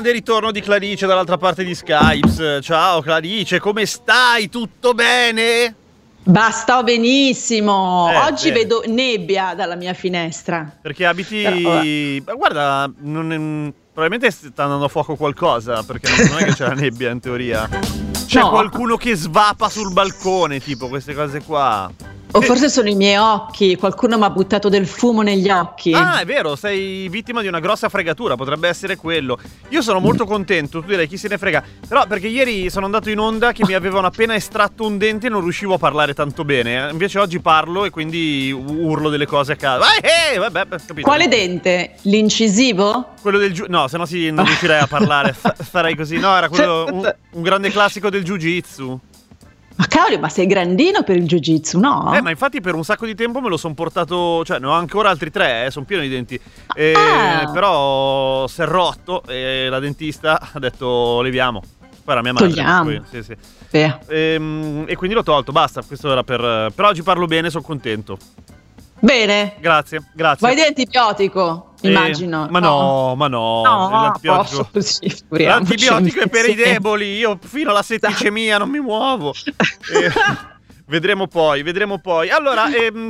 grande ritorno di Clarice dall'altra parte di Skype. Ciao Clarice, come stai? Tutto bene? Sto benissimo. Oggi bene. vedo nebbia dalla mia finestra. Perché abiti... Guarda, probabilmente sta andando a fuoco qualcosa, perché non è che c'è la nebbia in teoria. C'è qualcuno che svapa sul balcone, tipo queste cose qua. O forse sono i miei occhi, qualcuno mi ha buttato del fumo negli occhi. Ah, è vero, sei vittima di una grossa fregatura, potrebbe essere quello. Io sono molto contento, tu direi chi se ne frega. Però perché ieri sono andato in onda che mi avevano appena estratto un dente e non riuscivo a parlare tanto bene. Invece oggi parlo e quindi urlo delle cose a caso. Vabbè, capito. Quale dente? L'incisivo? Quello del no, se no non riuscirei a parlare. Farei così. No, era quello un grande classico del jiu-jitsu. Ma cavolo, ma sei grandino per il jiu-jitsu, no? Ma infatti per un sacco di tempo me lo sono portato, cioè ne ho ancora altri 3, sono pieno di denti. Però si è rotto e la dentista ha detto leviamo. Poi era mia madre. Togliamo. Sì. E quindi l'ho tolto, basta, questo era per oggi parlo bene, sono contento. Bene. Grazie. Vai di antibiotico, immagino. Ma no. L'antibiotico, l'antibiotico è per i deboli. Io fino alla setticemia non mi muovo. Vedremo poi. Allora,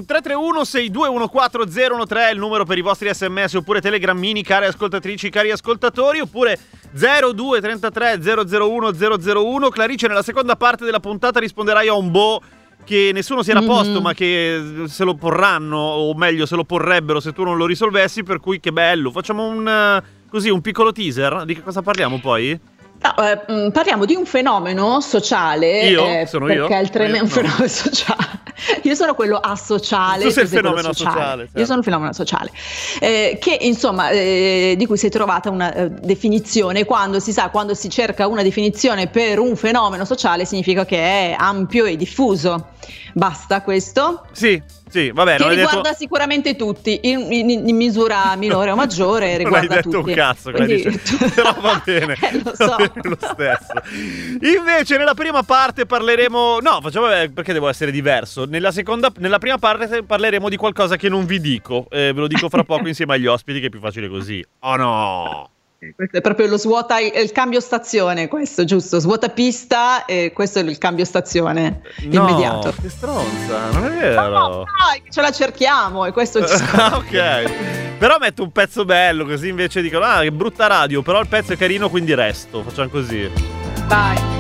331-6214013 è il numero per i vostri sms oppure telegrammini, care ascoltatrici, cari ascoltatori, oppure 0233 001 001. Clarice, nella seconda parte della puntata risponderai a un che nessuno si era posto, ma che se lo porranno, o meglio se lo porrebbero se tu non lo risolvessi, per cui che bello. Facciamo un piccolo teaser. Di che cosa parliamo poi? Parliamo di un fenomeno sociale. Sono perché io? è un fenomeno sociale. Io sono quello asociale. Tu sei il fenomeno sociale. Io sono il fenomeno sociale. Che insomma, di cui si è trovata una definizione. Quando si cerca una definizione per un fenomeno sociale, significa che è ampio e diffuso. Basta questo? Sì, vabbè. Che riguarda sicuramente tutti, in misura minore o maggiore, riguarda tutti. Non hai detto un cazzo, quindi... però va bene. Lo so. Va bene lo stesso. Invece nella prima parte parleremo... No, perché devo essere diverso. Nella prima parte parleremo di qualcosa che non vi dico. Ve lo dico fra poco insieme agli ospiti, che è più facile così. Oh no! Questo è proprio il cambio stazione, questo, giusto? Svuota pista e questo è il cambio stazione immediato. No, che stronza, non è vero. No, ce la cerchiamo e questo ci ok. Però metto un pezzo bello, così invece dicono che brutta radio, però il pezzo è carino, quindi resto. Facciamo così. Vai.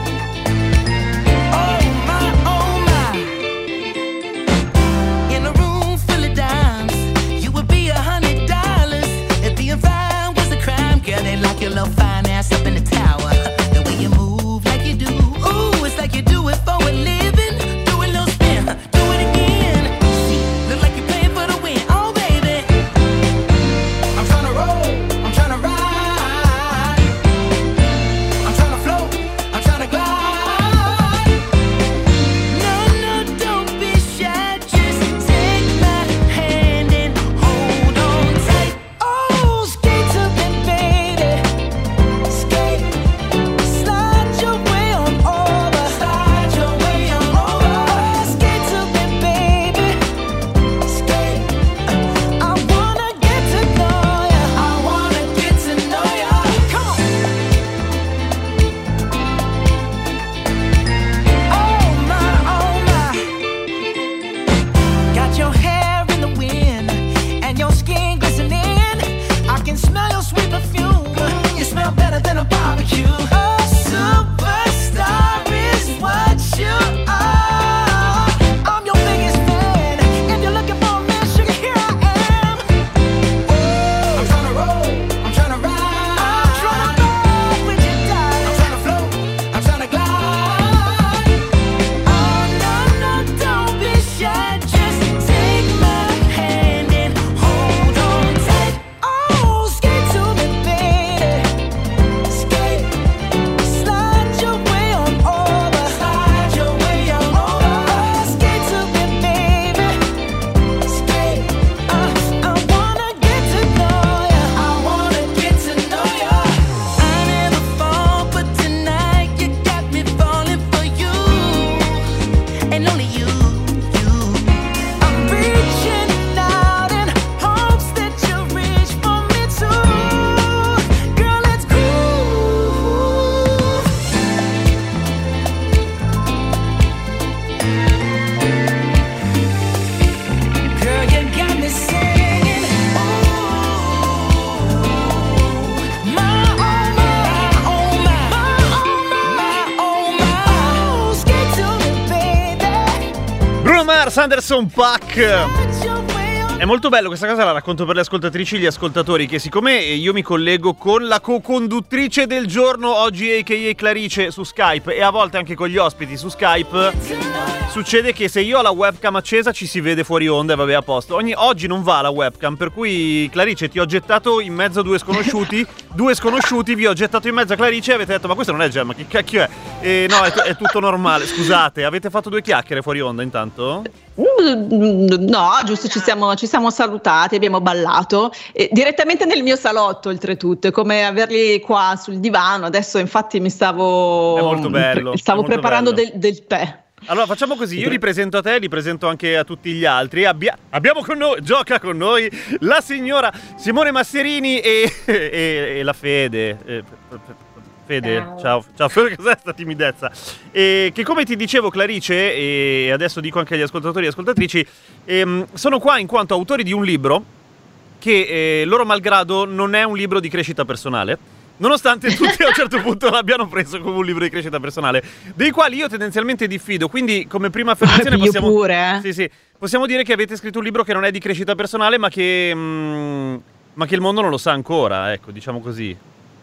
Your little fine ass up in the tower. The way you move like you do. Ooh, it's like you do it for a living. Do a little spin, do it again. Look like you're playing for the win. Oh, baby. I'm tryna roll, I'm tryna ride. I'm tryna float, I'm Sanderson Paak. È molto bello, questa cosa la racconto per le ascoltatrici e gli ascoltatori, che siccome io mi collego con la co-conduttrice del giorno, oggi a.k.a. Clarice, su Skype, e a volte anche con gli ospiti su Skype, succede che se io ho la webcam accesa ci si vede fuori onda e vabbè, a posto. Oggi non va la webcam, per cui Clarice ti ho gettato in mezzo a due sconosciuti vi ho gettato in mezzo a Clarice e avete detto ma questo non è Gemma, che cacchio è? E no, è tutto normale, scusate, avete fatto due chiacchiere fuori onda intanto? No, giusto, ci siamo salutati, abbiamo ballato direttamente nel mio salotto, oltretutto, è come averli qua sul divano. Adesso infatti mi stavo È molto bello, stavo è molto preparando bello. del tè. Allora facciamo così, io li presento a te, li presento anche a tutti gli altri. Abbiamo con noi, gioca con noi, la signora Simone Masserini e la Fede. Fede, ciao, cos'è sta timidezza? Che come ti dicevo Clarice, e adesso dico anche agli ascoltatori e ascoltatrici, sono qua in quanto autori di un libro che loro malgrado non è un libro di crescita personale, nonostante tutti a un certo punto l'abbiano preso come un libro di crescita personale, dei quali io tendenzialmente diffido, quindi come prima affermazione possiamo... Io pure, Sì, possiamo dire che avete scritto un libro che non è di crescita personale, ma che il mondo non lo sa ancora, ecco, diciamo così.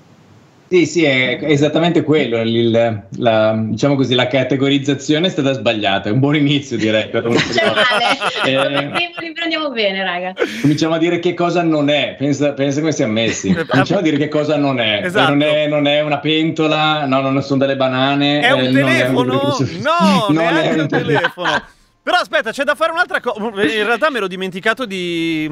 Sì, è esattamente quello. Diciamo così, la categorizzazione è stata sbagliata. È un buon inizio, direi. Per un male. Il primo libro andiamo bene, raga. Cominciamo a dire che cosa non è. Pensa come siamo messi. Cominciamo a dire che cosa non è. Esatto. Non è una pentola, no, non sono delle banane. È un telefono? No, non neanche è un telefono. Però aspetta, c'è da fare un'altra cosa. In realtà mi ero dimenticato di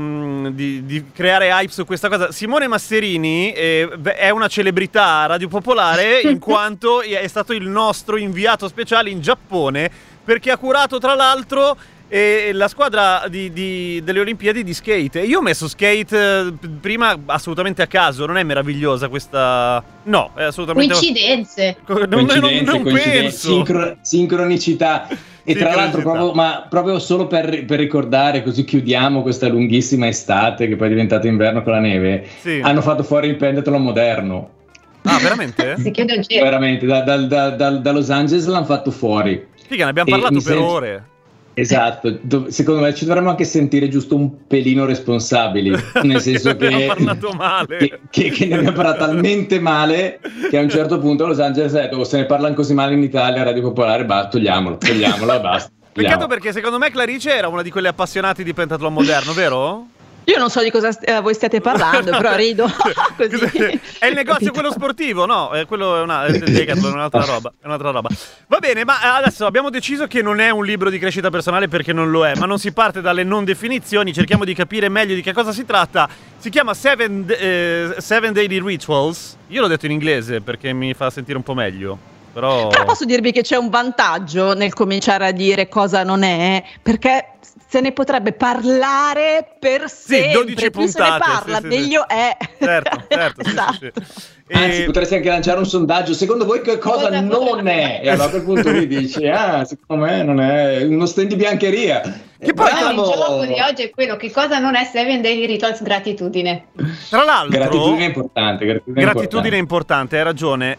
creare hype su questa cosa. Simone Masserini è una celebrità a Radio Popolare in quanto è stato il nostro inviato speciale in Giappone, perché ha curato tra l'altro la squadra delle Olimpiadi di skate. Io ho messo skate prima assolutamente a caso. Non è meravigliosa questa? No, è assolutamente... Coincidenze. Non penso. Sincronicità. E tra l'altro proprio solo per ricordare, così chiudiamo questa lunghissima estate che poi è diventata inverno con la neve, sì. Hanno fatto fuori il pentathlon moderno. Ah, veramente? Si chiude il giro. Veramente, da Los Angeles l'hanno fatto fuori. Figa, ne abbiamo parlato per ore. Esatto, secondo me ci dovremmo anche sentire giusto un pelino responsabili, nel senso che abbiamo parlato male, che ne abbiamo parlato talmente male che a un certo punto Los Angeles ha detto se ne parlano così male in Italia, Radio Popolare, basta, togliamolo e basta. Peccato, perché secondo me Clarice era una di quelle appassionate di pentathlon moderno, vero? Io non so di cosa voi stiate parlando, però rido così. È il negozio quello sportivo, no? Quello è un'altra roba. È un'altra roba. Va bene, ma adesso abbiamo deciso che non è un libro di crescita personale perché non lo è, ma non si parte dalle non definizioni, cerchiamo di capire meglio di che cosa si tratta. Si chiama Seven Daily Rituals. Io l'ho detto in inglese perché mi fa sentire un po' meglio. Però posso dirvi che c'è un vantaggio nel cominciare a dire cosa non è, perché se ne potrebbe parlare per sempre. Sì, 12 più puntate, se ne parla, meglio è. Certo, Esatto. Sì. Anzi, potresti anche lanciare un sondaggio. Secondo voi che cosa non è? E allora a quel punto lui dice, secondo me non è uno stand di biancheria. Che poi il gioco di oggi è quello, che cosa non è Seven Daily Rituals? Gratitudine. Tra l'altro, gratitudine è importante. Gratitudine è importante, hai ragione.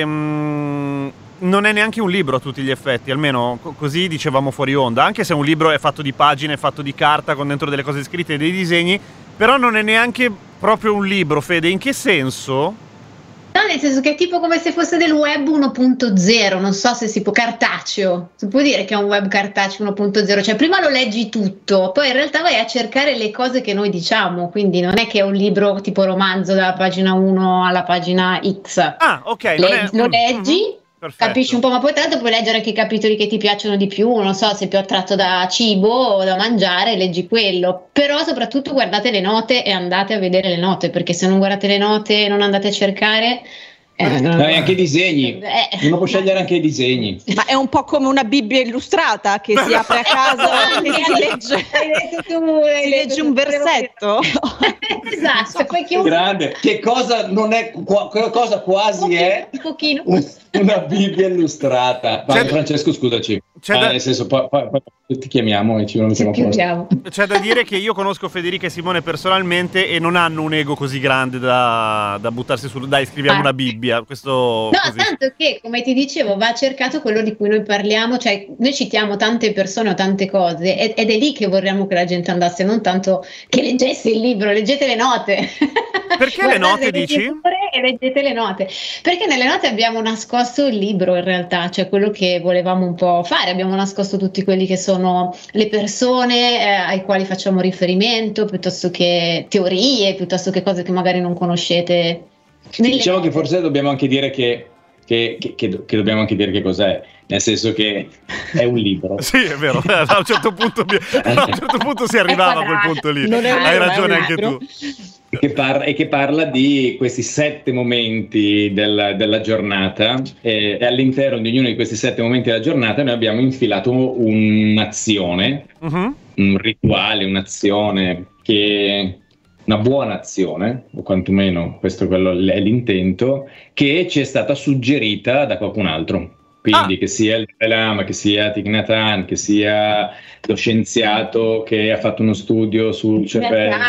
Non è neanche un libro a tutti gli effetti, almeno così dicevamo fuori onda, anche se un libro è fatto di pagine, è fatto di carta con dentro delle cose scritte e dei disegni, però non è neanche proprio un libro. Fede, in che senso? No, nel senso che è tipo come se fosse del web 1.0, non so se si può, cartaceo, si può dire che è un web cartaceo 1.0, cioè prima lo leggi tutto, poi in realtà vai a cercare le cose che noi diciamo, quindi non è che è un libro tipo romanzo dalla pagina 1 alla pagina X. Ah, ok. Lo leggi. Perfetto. Capisci un po', ma poi tanto puoi leggere anche i capitoli che ti piacciono di più, non so, se più attratto da cibo o da mangiare, leggi quello, però soprattutto guardate le note e andate a vedere le note, perché se non guardate le note e non andate a cercare... anche i disegni, uno può scegliere anche i disegni, ma è un po' come una Bibbia illustrata che si apre a casa e si legge un versetto. Esatto, poi grande. Che cosa non è, cosa quasi è un pochino. Una Bibbia illustrata. Vai, Francesco, scusaci. nel senso, poi ti chiamiamo e ci mettiamo a posto. C'è da dire che io conosco Federica e Simone personalmente e non hanno un ego così grande da buttarsi su, dai, scriviamo una Bibbia. Questo no, così. Tanto che, come ti dicevo, va cercato quello di cui noi parliamo, cioè noi citiamo tante persone o tante cose ed è lì che vorremmo che la gente andasse, non tanto che leggesse il libro, leggete le note. Perché le note dici? E leggete le note, perché nelle note abbiamo nascosto il libro in realtà, cioè quello che volevamo un po' fare, abbiamo nascosto tutti quelli che sono le persone ai quali facciamo riferimento, piuttosto che teorie, piuttosto che cose che magari non conoscete. Diciamo che forse dobbiamo anche dire che dobbiamo anche dire che cos'è, nel senso che è un libro. Sì, è vero, a un certo punto si arrivava a quel punto lì. Hai ragione anche tu. Che parla di questi 7 momenti della giornata e all'interno di ognuno di questi 7 momenti della giornata noi abbiamo infilato un'azione, un rituale, un'azione una buona azione, o quantomeno questo è l'intento, che ci è stata suggerita da qualcun altro. Quindi che sia il Dalai Lama, che sia Thich Nhat Hanh, che sia lo scienziato che ha fatto uno studio sul cervello.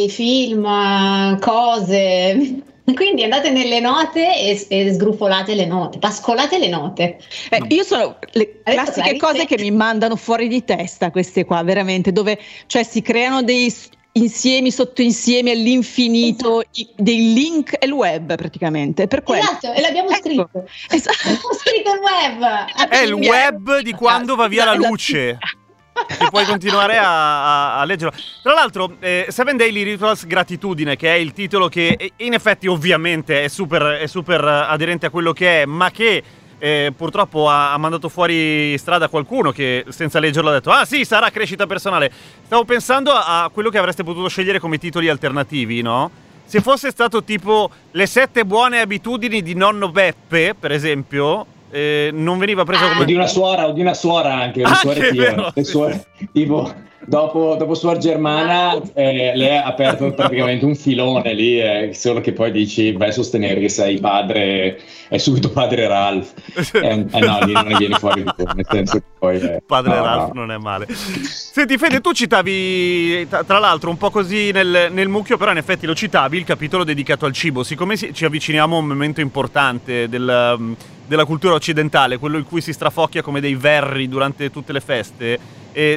Film, cose. Quindi andate nelle note e sgruffolate le note, pascolate le note. Io sono le classiche cose che mi mandano fuori di testa, queste qua, veramente, dove cioè si creano dei insiemi sotto insiemi all'infinito, dei link e il web praticamente. Per esatto, e l'abbiamo scritto. Esatto. Abbiamo scritto il web. È il web di quando va via la luce. E puoi continuare a leggerlo. Tra l'altro, Seven Daily Rituals Gratitudine, che è il titolo che in effetti ovviamente è super aderente a quello che è, ma che purtroppo ha mandato fuori strada qualcuno che senza leggerlo ha detto sì, sarà crescita personale. Stavo pensando a quello che avreste potuto scegliere come titoli alternativi, no? Se fosse stato tipo le 7 buone abitudini di nonno Beppe, per esempio, non veniva preso come... O di una suora anche, le suore Pio, le suore, tipo... Dopo Suor Germana lei ha aperto praticamente un filone lì, solo che poi dici vai a sostenere che sei padre, è subito padre Ralph. No, lì non ne vieni fuori di nel senso che poi padre Ralph non è male. Senti Fede, tu citavi tra l'altro un po' così nel mucchio, però in effetti lo citavi, il capitolo dedicato al cibo. Siccome ci avviciniamo a un momento importante della cultura occidentale, quello in cui si strafocchia come dei verri durante tutte le feste,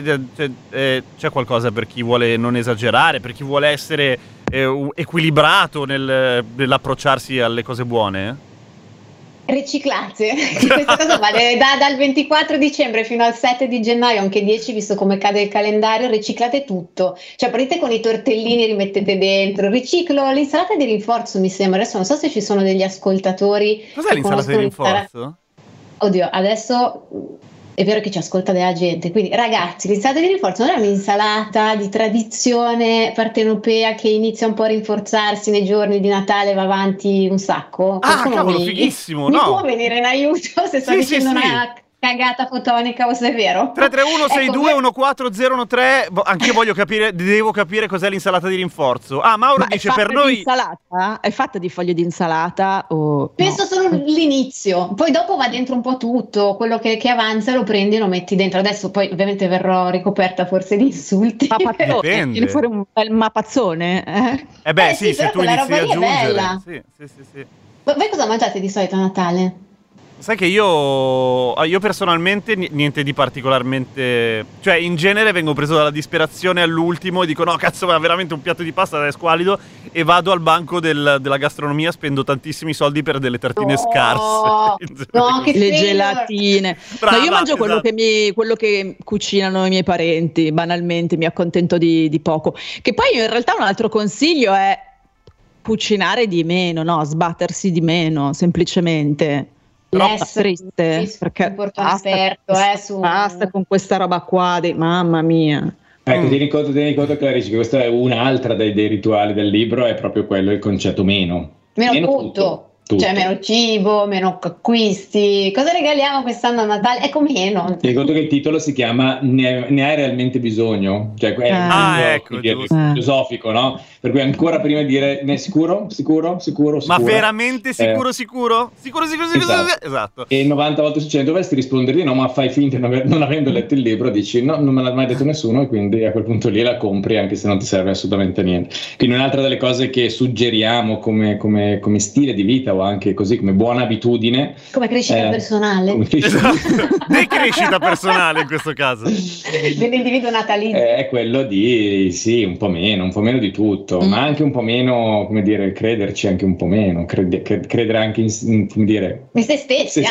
c'è qualcosa per chi vuole non esagerare, per chi vuole essere equilibrato nell'approcciarsi alle cose buone? Riciclate, questa cosa vale dal 24 dicembre fino al 7 di gennaio, anche 10 visto come cade il calendario. Riciclate tutto, cioè partite con i tortellini, rimettete dentro, riciclo l'insalata di rinforzo, mi sembra, adesso non so se ci sono degli ascoltatori. Cos'è l'insalata di rinforzo? Oddio, adesso è vero che ci ascolta della gente, quindi ragazzi, l'insalata di rinforzo non è un'insalata di tradizione partenopea che inizia un po' a rinforzarsi nei giorni di Natale, va avanti un sacco. Cavolo, fighissimo, mi può venire in aiuto se sto dicendo una cagata fotonica o se è vero? 331-6214-13, anch'io voglio capire, devo capire cos'è l'insalata di rinforzo. Mauro dice per noi... Insalata? È fatta di foglie di insalata o... Penso solo l'inizio, poi dopo va dentro un po' tutto, quello che avanza lo prendi e lo metti dentro. Adesso poi ovviamente verrò ricoperta forse di insulti. Viene fuori un bel mappazzone? Sì, se tu inizi a aggiungere. Sì. Voi cosa mangiate di solito a Natale? Sai che io personalmente niente di particolarmente... Cioè, in genere vengo preso dalla disperazione all'ultimo e dico no, cazzo, ma veramente un piatto di pasta è squalido, e vado al banco della gastronomia, spendo tantissimi soldi per delle tartine scarse. Le gelatine. Brava, io mangio quello che cucinano i miei parenti, banalmente, mi accontento di poco. Che poi in realtà un altro consiglio è cucinare di meno, no? Sbattersi di meno, semplicemente. Triste, perché basta con questa roba qua mamma mia. Ecco, tieni conto Clarice, che questa è un'altra dei rituali del libro, è proprio quello, il concetto meno tutto. Tutto. Cioè meno cibo, meno acquisti. Cosa regaliamo quest'anno a Natale? Ecco, meno. Ti conto che il titolo si chiama Ne hai realmente bisogno? Cioè è ecco, filosofico, no? Per cui ancora prima di dire ne sicuro? Ma veramente sicuro? Sicuro? Esatto. E 90 volte su 100 dovresti rispondere di no, ma fai finta non avendo letto il libro, dici no, non me l'ha mai detto nessuno, e quindi a quel punto lì la compri anche se non ti serve assolutamente niente. Quindi un'altra delle cose che suggeriamo come stile di vita, o anche così come buona abitudine, come crescita personale, decrescita personale in questo caso dell'individuo natalizio, è quello di sì, un po' meno di tutto, ma anche un po' meno, come dire, crederci anche un po' meno, credere anche in come dire, in se stessi,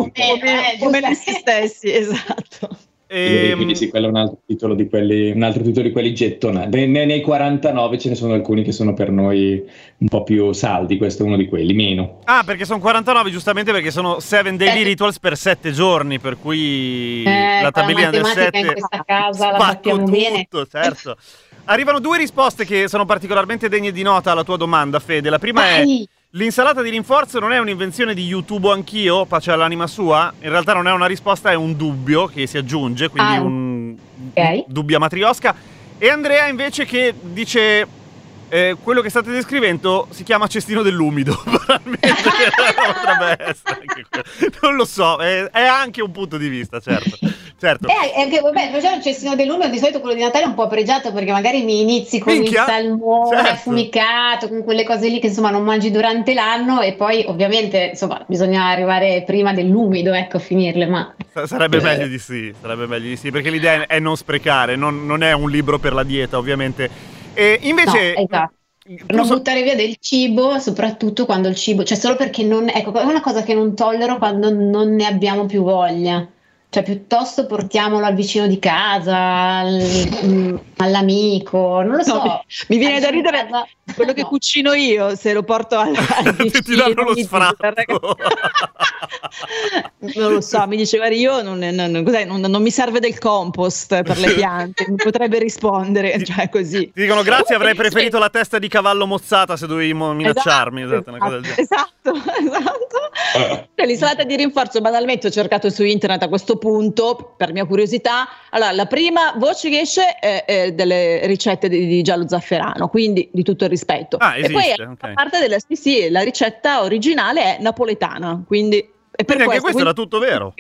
come se stessi, esatto. Quindi sì, quello è un altro titolo di quelli gettonati. Nei 49 ce ne sono alcuni che sono per noi un po' più saldi, questo è uno di quelli, meno. Perché sono 49 giustamente, perché sono 7 daily rituals per 7 giorni, per cui la tabellina del 7 in questa casa la sappiamo bene. Certo. Arrivano 2 risposte che sono particolarmente degne di nota alla tua domanda, Fede. La prima è: l'insalata di rinforzo non è un'invenzione di YouTube anch'io, pace all'anima sua? In realtà non è una risposta, è un dubbio che si aggiunge, quindi dubbia matriosca. E Andrea invece che dice quello che state descrivendo si chiama cestino dell'umido. Probabilmente potrebbe essere anche quello. Non lo so, è anche un punto di vista, certo. Anche vabbè, il cestino dell'umido di solito quello di Natale è un po' pregiato, perché magari mi inizi con il salmone affumicato, con quelle cose lì che insomma non mangi durante l'anno, e poi ovviamente insomma bisogna arrivare prima dell'umido, ecco, a finirle, ma sarebbe meglio di sì, perché l'idea è non sprecare, non è un libro per la dieta, ovviamente. E invece esatto. Per non buttare via del cibo, soprattutto quando il cibo, cioè solo perché è una cosa che non tollero quando non ne abbiamo più voglia. Cioè piuttosto portiamolo al vicino di casa, all'amico, non lo so. No, mi viene da ridere quello che cucino io, se lo porto al vicino. Ti danno lo sfratto. Non lo so, mi diceva io non mi serve del compost per le piante, mi potrebbe rispondere, cioè così. Ti dicono grazie, avrei preferito la testa di cavallo mozzata se dovevi minacciarmi. Esatto. L'insalata di rinforzo, banalmente ho cercato su internet a questo punto per mia curiosità. Allora, la prima voce che esce è delle ricette di giallo zafferano, quindi di tutto il rispetto. Esiste, e poi a parte la ricetta originale è napoletana, quindi è per anche questo era tutto vero.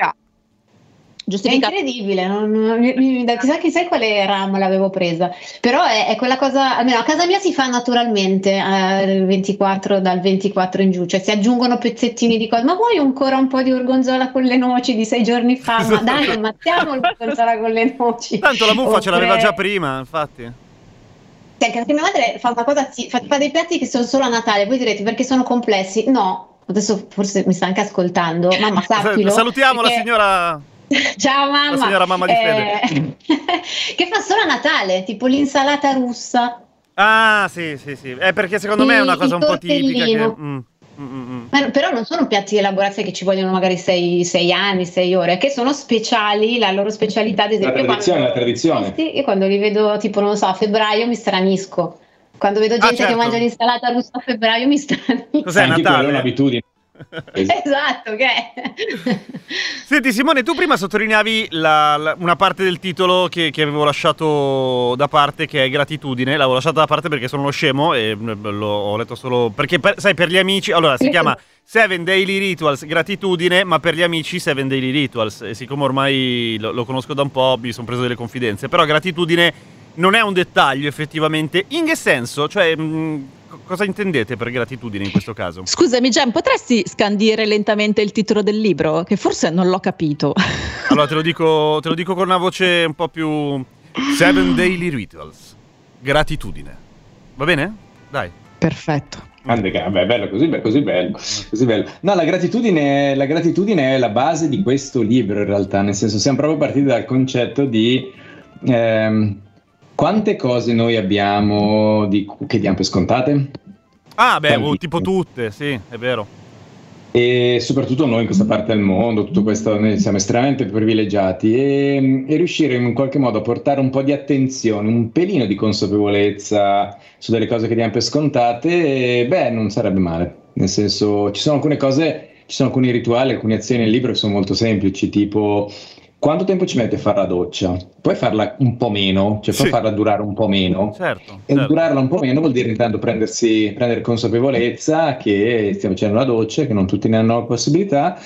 È incredibile, chissà quale RAM l'avevo presa, però è quella cosa, almeno a casa mia si fa naturalmente dal 24 in giù, cioè si aggiungono pezzettini di cose. Ma vuoi ancora un po' di gorgonzola con le noci di 6 giorni fa? Ma dai, ammazziamo il gorgonzola con le noci. Tanto la muffa ce l'aveva già prima, infatti. Anche perché mia madre fa una cosa, fa dei piatti che sono solo a Natale. Voi direte perché sono complessi? No, adesso forse mi sta anche ascoltando, mamma, sappilo. Salutiamo la signora. Ciao mamma. La signora mamma di Fede. Che fa solo a Natale, tipo l'insalata russa. Sì. Perché secondo me è una cosa un po' tipica che... Però non sono piatti elaborati che ci vogliono magari 6 anni, 6 ore, che sono speciali, la loro specialità, ad esempio. La tradizione. Io quando li vedo tipo, non lo so, a febbraio mi stranisco. Quando vedo gente che mangia l'insalata russa a febbraio mi stranisco. Cos'è Natale? È un'abitudine. Esatto, che è. Senti Simone, tu prima sottolineavi una parte del titolo che avevo lasciato da parte, che è gratitudine. L'avevo lasciata da parte perché sono uno scemo e ho letto solo perché sai, per gli amici, allora si chiama 7 Daily Rituals gratitudine, ma per gli amici 7 Daily Rituals, e siccome ormai lo conosco da un po' mi sono preso delle confidenze. Però gratitudine non è un dettaglio effettivamente. In che senso? Cioè cosa intendete per gratitudine in questo caso? Scusami Gian, potresti scandire lentamente il titolo del libro? Che forse non l'ho capito. Allora te lo dico con una voce un po' più 7 Daily Rituals gratitudine. Va bene? Dai. Perfetto. Vabbè, bello, così bello. No, la gratitudine è la base di questo libro in realtà, nel senso siamo proprio partiti dal concetto di quante cose noi abbiamo che diamo per scontate? Tipo tutte, sì, è vero. E soprattutto noi in questa parte del mondo, tutto questo, noi siamo estremamente privilegiati e riuscire in qualche modo a portare un po' di attenzione, un pelino di consapevolezza su delle cose che diamo per scontate, non sarebbe male. nel senso ci sono alcune cose, ci sono alcuni rituali, alcune azioni nel libro che sono molto semplici, tipo quanto tempo ci mette a fare la doccia? Puoi farla un po' meno, cioè puoi farla durare un po' meno. Certo. E durarla un po' meno vuol dire intanto prendere consapevolezza che stiamo facendo la doccia, che non tutti ne hanno la possibilità,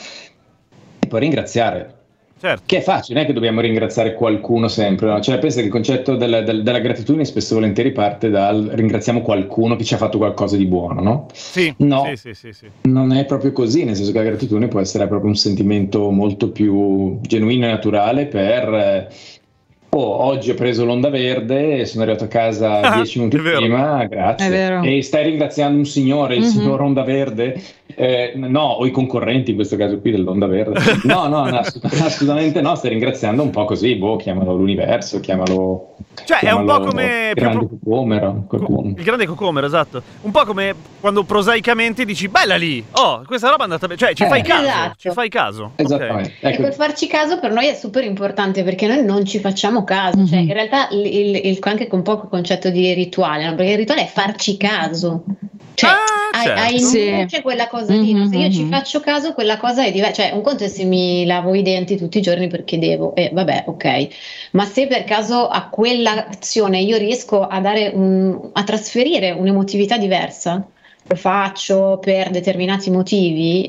e poi ringraziare. Certo. Che è facile, non è che dobbiamo ringraziare qualcuno sempre, no? Cioè pensa che il concetto della gratitudine spesso e volentieri parte dal ringraziamo qualcuno che ci ha fatto qualcosa di buono, no? Sì, no, sì. non è proprio così, nel senso che la gratitudine può essere proprio un sentimento molto più genuino e naturale per oggi ho preso l'onda verde e sono arrivato a casa 10 minuti prima, grazie. E stai ringraziando un signore, il signor Onda Verde? No, o i concorrenti in questo caso qui dell'Onda Verde. No, assolutamente no, stai ringraziando un po' così, chiamalo l'universo, chiamalo... Cioè è un po' come... Il grande cocomero, qualcuno. Il grande cocomero, esatto. Un po' come quando prosaicamente dici, bella lì, questa roba è andata bene, cioè ci fai caso, esatto. ci fai caso. Esattamente. Okay. E quel farci caso per noi è super importante perché noi non ci facciamo caso, cioè in realtà anche un po' il concetto di rituale, no? Perché il rituale è farci caso, cioè hai in luce quella cosa lì, no? Se io ci faccio caso quella cosa è diversa, cioè un conto è se mi lavo i denti tutti i giorni perché devo, vabbè, ok, ma se per caso a quell'azione io riesco a dare a trasferire un'emotività diversa, lo faccio per determinati motivi.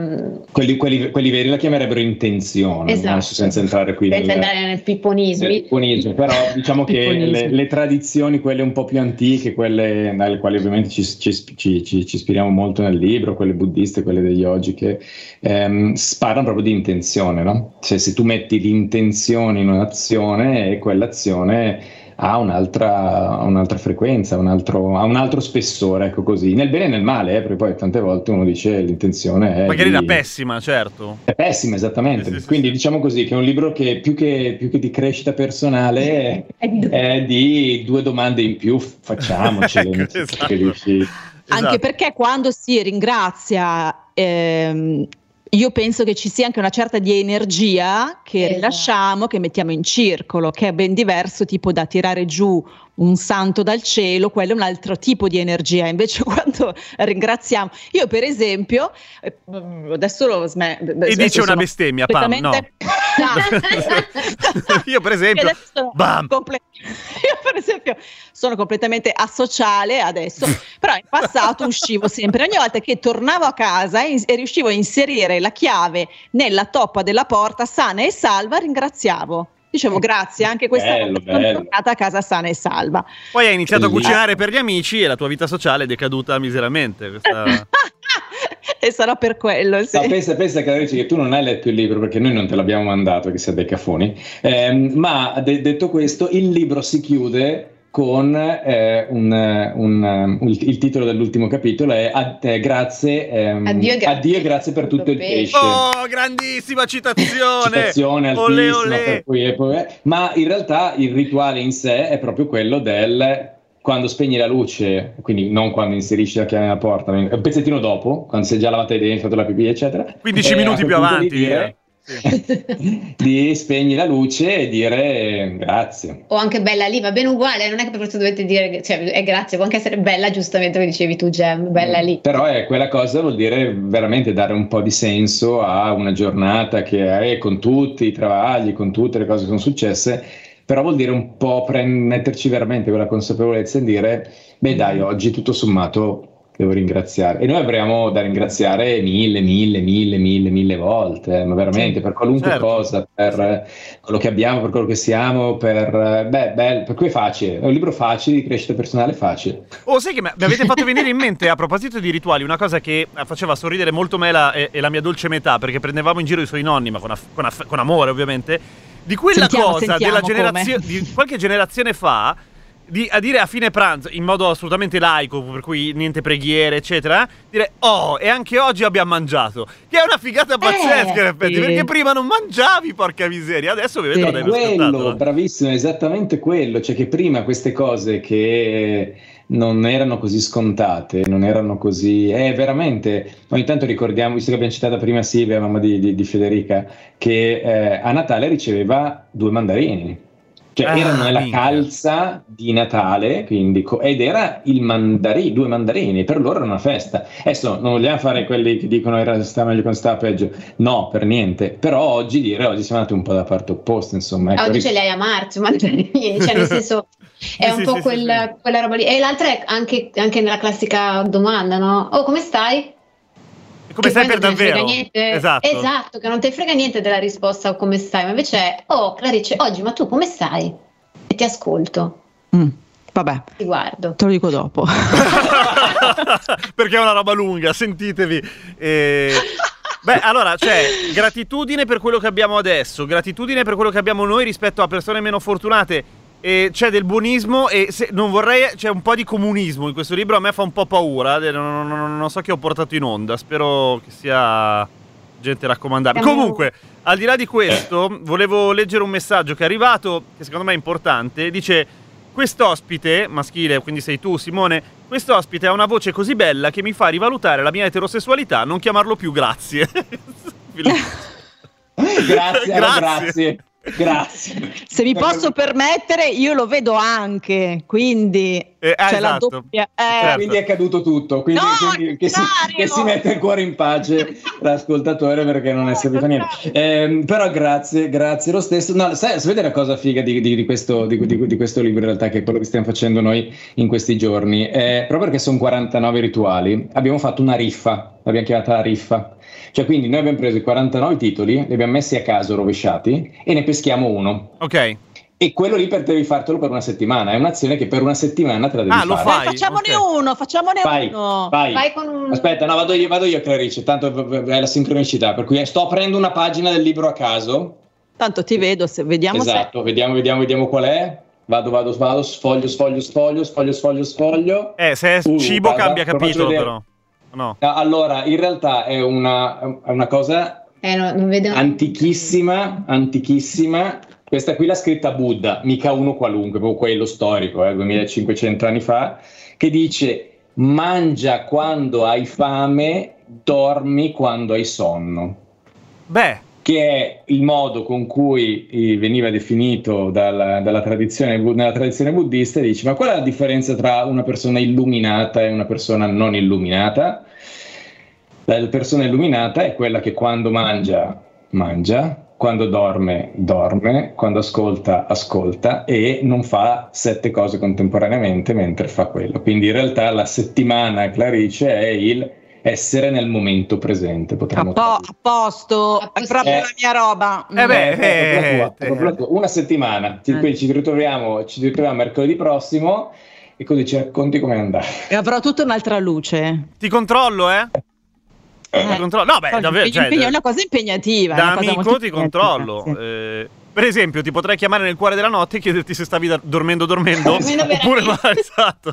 Quelli veri la chiamerebbero intenzione, esatto. Senza entrare qui senza andare nel pipponismo. Però diciamo che le tradizioni, quelle un po' più antiche, quelle dalle quali ovviamente ci ispiriamo molto nel libro, quelle buddiste, quelle degli yogi, che parlano proprio di intenzione, no? Cioè se tu metti l'intenzione in un'azione e quell'azione ha un'altra frequenza, ha un altro spessore, ecco così, nel bene e nel male, perché poi tante volte uno dice l'intenzione è magari la pessima, certo. È pessima, esattamente. Quindi diciamo così che è un libro che più che di crescita personale è di 2 domande in più, facciamocele. Esatto. Anche perché quando si ringrazia io penso che ci sia anche una certa di energia che rilasciamo, che mettiamo in circolo, che è ben diverso tipo da tirare giù un santo dal cielo, quello è un altro tipo di energia. Invece quando ringraziamo, io per esempio adesso e dice una bestemmia, pam, no. Io per esempio io per esempio sono completamente asociale adesso, però in passato uscivo sempre, ogni volta che tornavo a casa e riuscivo a inserire la chiave nella toppa della porta sana e salva, ringraziavo. Dicevo grazie, anche questa volta sono tornata a casa sana e salva. Poi hai iniziato a cucinare per gli amici e la tua vita sociale è decaduta miseramente. E sarà per quello, sì. No, pensa che tu non hai letto il libro perché noi non te l'abbiamo mandato, che sei dei cafoni, ma detto questo, il libro si chiude con il titolo dell'ultimo capitolo è grazie, addio e grazie per tutto il pesce. Oh, grandissima citazione altissima, olè. Ma in realtà il rituale in sé è proprio quello del quando spegni la luce, quindi non quando inserisci la chiave nella porta, un pezzettino dopo, quando sei già lavata i denti, fatto la pipì eccetera, 15 minuti più avanti di spegni la luce e dire grazie. O anche bella lì, va bene uguale, non è che per questo dovete dire, cioè è grazie, può anche essere bella, giustamente come dicevi tu Gem, bella lì. Però è quella cosa, vuol dire veramente dare un po' di senso a una giornata che è con tutti i travagli, con tutte le cose che sono successe, però vuol dire un po' metterci veramente quella consapevolezza e dire beh dai, oggi tutto sommato devo ringraziare, e noi avremo da ringraziare mille volte, ma veramente per qualunque cosa, per quello che abbiamo, per quello che siamo, per cui è facile, è un libro facile di crescita personale, facile. Sai che mi avete fatto venire in mente, a proposito di rituali, una cosa che faceva sorridere molto Mela e la mia dolce metà, perché prendevamo in giro i suoi nonni, ma con amore ovviamente, di quella cosa della generazione di qualche generazione fa, a dire a fine pranzo in modo assolutamente laico, per cui niente preghiere eccetera, dire e anche oggi abbiamo mangiato, che è una figata pazzesca in effetti, perché prima non mangiavi, porca miseria, adesso ovviamente lo devi ascoltato. Bravissimo, esattamente quello, cioè che prima queste cose che non erano così scontate, non erano così, veramente ogni tanto ricordiamo, visto che abbiamo citato prima Silvia, mamma di Federica, che a Natale riceveva 2 mandarini. Cioè erano nella minchia. calza di Natale, quindi ed era il due mandarini, per loro era una festa. Adesso non vogliamo fare quelli che dicono era sta meglio quando stava peggio, no, per niente, però oggi siamo andati un po' da parte opposta, insomma. Ecco, Oggi ce li hai a marzo, mandarini, cioè nel senso è un po' quella roba lì. E l'altra è anche nella classica domanda, no? Oh, come stai? Come Che stai poi per non te ne frega davvero? niente. Esatto, Che non te frega niente della risposta o come stai, ma invece è oh Clarice, oggi ma tu come stai? E ti ascolto, Vabbè, ti guardo. te lo dico dopo. Perché è una roba lunga, sentitevi. Beh, allora, c'è gratitudine per quello che abbiamo adesso, gratitudine per quello che abbiamo noi rispetto a persone meno fortunate. E c'è del buonismo e non vorrei, c'è un po' di comunismo in questo libro, a me fa un po' paura, non so che ho portato in onda, spero che sia gente raccomandabile. Comunque, al di là di questo, volevo leggere un messaggio che è arrivato, che secondo me è importante, dice: quest'ospite, maschile, quindi sei tu Simone, quest'ospite ha una voce così bella che mi fa rivalutare la mia eterosessualità, non chiamarlo più grazie. Grazie. Se mi posso permettere, io lo vedo anche, quindi c'è la esatto. doppia. Certo. Quindi è caduto tutto, quindi che si mette il cuore in pace l'ascoltatore perché non è servito a niente. Però grazie lo stesso. No, sapete la cosa figa di questo libro in realtà, che è quello che stiamo facendo noi in questi giorni, proprio perché sono 49 rituali, abbiamo fatto una riffa, l'abbiamo chiamata la riffa. Cioè, quindi noi abbiamo preso i 49 titoli, li abbiamo messi a caso rovesciati e ne peschiamo uno. Ok. E quello lì devi fartelo per una settimana, è un'azione che per una settimana te la devi fare. Lo fai? Facciamone uno. Vai con un... Aspetta, no, vado io Clarice, tanto è la sincronicità, per cui sto aprendo una pagina del libro a caso. Tanto ti vedo, vediamo esatto, vediamo qual è. Vado, sfoglio. Se è cibo cambia capitolo però. No. Allora, in realtà è una cosa non vedo. antichissima. Questa qui l'ha scritta Buddha, mica uno qualunque, proprio quello storico, 2500 anni fa, che dice: mangia quando hai fame, dormi quando hai sonno. Beh, che è il modo con cui veniva definito nella tradizione buddista. Dice: ma qual è la differenza tra una persona illuminata e una persona non illuminata? La persona illuminata è quella che quando mangia, quando dorme, quando ascolta e non fa 7 cose contemporaneamente mentre fa quello. Quindi in realtà la settimana, Clarice, è il essere nel momento presente. a posto, è proprio la mia roba. Una settimana, poi ci ritroviamo mercoledì prossimo e così ci racconti com'è andato. E avrò tutta un'altra luce. Ti controllo, No, beh, davvero, è una cosa impegnativa. Da amico ti controllo. Per esempio, ti potrei chiamare nel cuore della notte e chiederti se stavi dormendo. Oppure esatto.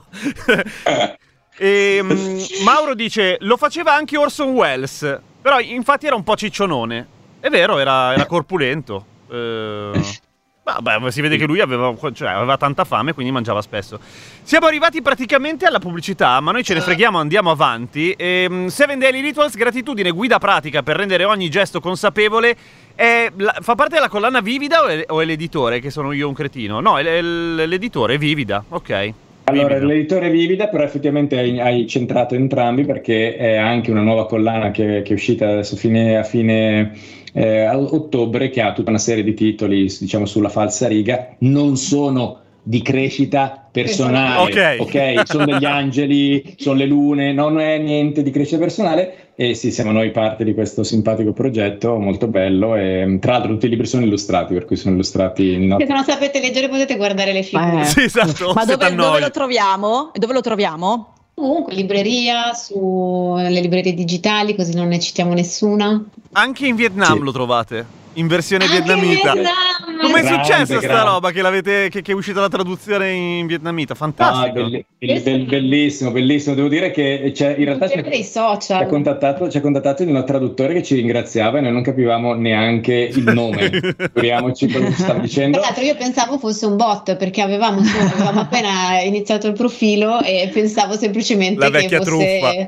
Mauro dice: lo faceva anche Orson Welles, però infatti era un po' ciccionone. È vero, era corpulento. Vabbè, si vede che lui aveva tanta fame, quindi mangiava spesso. Siamo arrivati praticamente alla pubblicità, ma noi ce ne freghiamo, andiamo avanti. Seven Daily Rituals, gratitudine, guida pratica per rendere ogni gesto consapevole. Fa parte della collana Vivida o è l'editore, che sono io un cretino? No, è l'editore, Vivida, ok. Allora, l'editore Vivida, però effettivamente hai centrato entrambi, perché è anche una nuova collana che è uscita adesso a fine ottobre, che ha tutta una serie di titoli, diciamo, sulla falsariga. Non sono di crescita personale, ok? Sono degli angeli, sono le lune, non è niente di crescita personale. E sì, siamo noi parte di questo simpatico progetto molto bello, e tra l'altro tutti i libri sono illustrati, per cui sono illustrati in se non sapete leggere potete guardare le figure. Sì, esatto. Ma dove lo troviamo? Dove lo troviamo? Comunque libreria, sulle librerie digitali, così non ne citiamo nessuna. Anche in Vietnam lo trovate, in versione vietnamita. Come è Grande, successa sta roba che è uscita la traduzione in vietnamita? Fantastico. Bellissimo. Devo dire che in realtà ci ha contattato un traduttore che ci ringraziava e noi non capivamo neanche il nome. Figuriamoci quello che ci stava dicendo. Tra l'altro io pensavo fosse un bot, perché avevamo appena iniziato il profilo e pensavo semplicemente la vecchia che fosse truffa.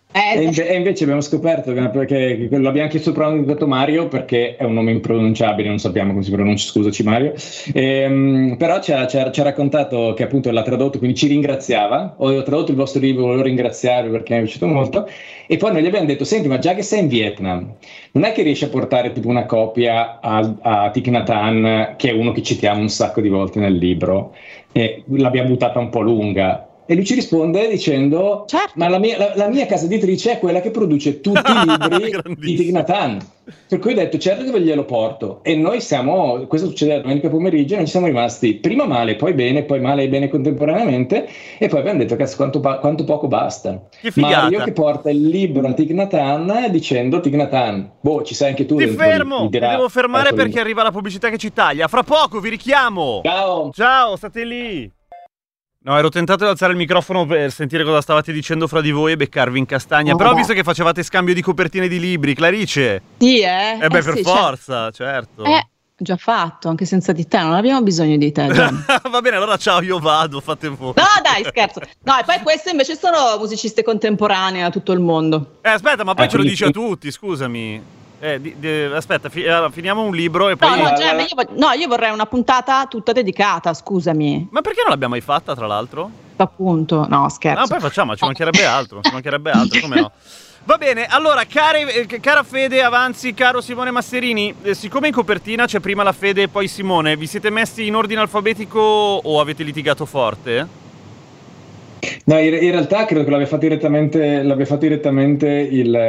E invece abbiamo scoperto che l'abbiamo anche soprannominato Mario perché è un nome impronunciabile, non sappiamo come si pronuncia, scusaci Mario. Però ci ha raccontato che appunto l'ha tradotto, quindi ci ringraziava. Ho tradotto il vostro libro, volevo ringraziarvi perché mi è piaciuto molto. E poi noi gli abbiamo detto: senti, ma già che sei in Vietnam, non è che riesci a portare tipo una copia a Thich Nhat Hanh, che è uno che citiamo un sacco di volte nel libro, e l'abbiamo buttata un po' lunga. E lui ci risponde dicendo: certo. Ma la mia casa editrice è quella che produce tutti i libri di Thich Nhat Hanh. Per cui ho detto: certo che glielo porto. E noi questo succede la domenica pomeriggio, noi ci siamo rimasti prima male, poi male e bene contemporaneamente, e poi abbiamo detto: cazzo, quanto poco basta. Che figata. Mario che porta il libro a Thich Nhat Hanh dicendo: Thich Nhat Hanh, ci sei anche tu. Ti fermo, mi devo fermare perché arriva la pubblicità che ci taglia. Fra poco vi richiamo. Ciao, state lì. No, ero tentato di alzare il microfono per sentire cosa stavate dicendo fra di voi e beccarvi in castagna. Però ho visto che facevate scambio di copertine di libri, Clarice. Sì, per sì, forza, certo. Già fatto, anche senza di te, non abbiamo bisogno di te. Va bene, allora ciao, io vado, fate voi. No, dai, scherzo. No, e poi queste invece sono musiciste contemporanee a tutto il mondo. Aspetta, ma poi ce lo dici a tutti, scusami. Aspetta, finiamo un libro e poi... io vorrei una puntata tutta dedicata, scusami. Ma perché non l'abbiamo mai fatta, tra l'altro? Appunto, no, scherzo. No, poi facciamo, ci mancherebbe altro, come no. Va bene, allora, cara Fede Avanzi, caro Simone Masserini, siccome in copertina c'è prima la Fede e poi Simone, vi siete messi in ordine alfabetico o avete litigato forte? No, in realtà credo che l'abbia fatto direttamente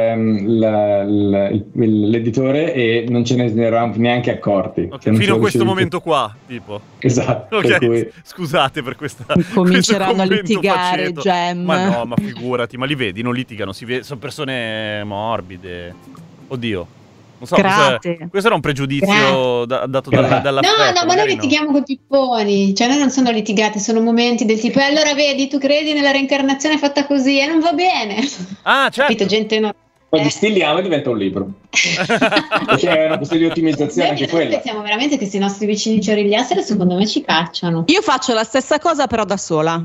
l'editore e non ce ne eravamo neanche accorti. Okay, fino a questo momento qua, tipo. Esatto. Okay. Per cui... Scusate per questa. Cominceranno a litigare, Gem. Ma no, ma figurati, ma li vedi, non litigano, sono persone morbide. Oddio. Non so, questo era un pregiudizio dato dalla No, ma noi litighiamo con i pipponi, cioè noi non sono litigate, sono momenti del tipo: allora vedi, tu credi nella reincarnazione fatta così e non va bene. Ah, certo. Capito, gente no. Poi distilliamo e diventa un libro. Perché è una questione di ottimizzazione anche quella. Pensiamo veramente che se i nostri vicini ci origliassero, secondo me ci cacciano. Io faccio la stessa cosa però da sola.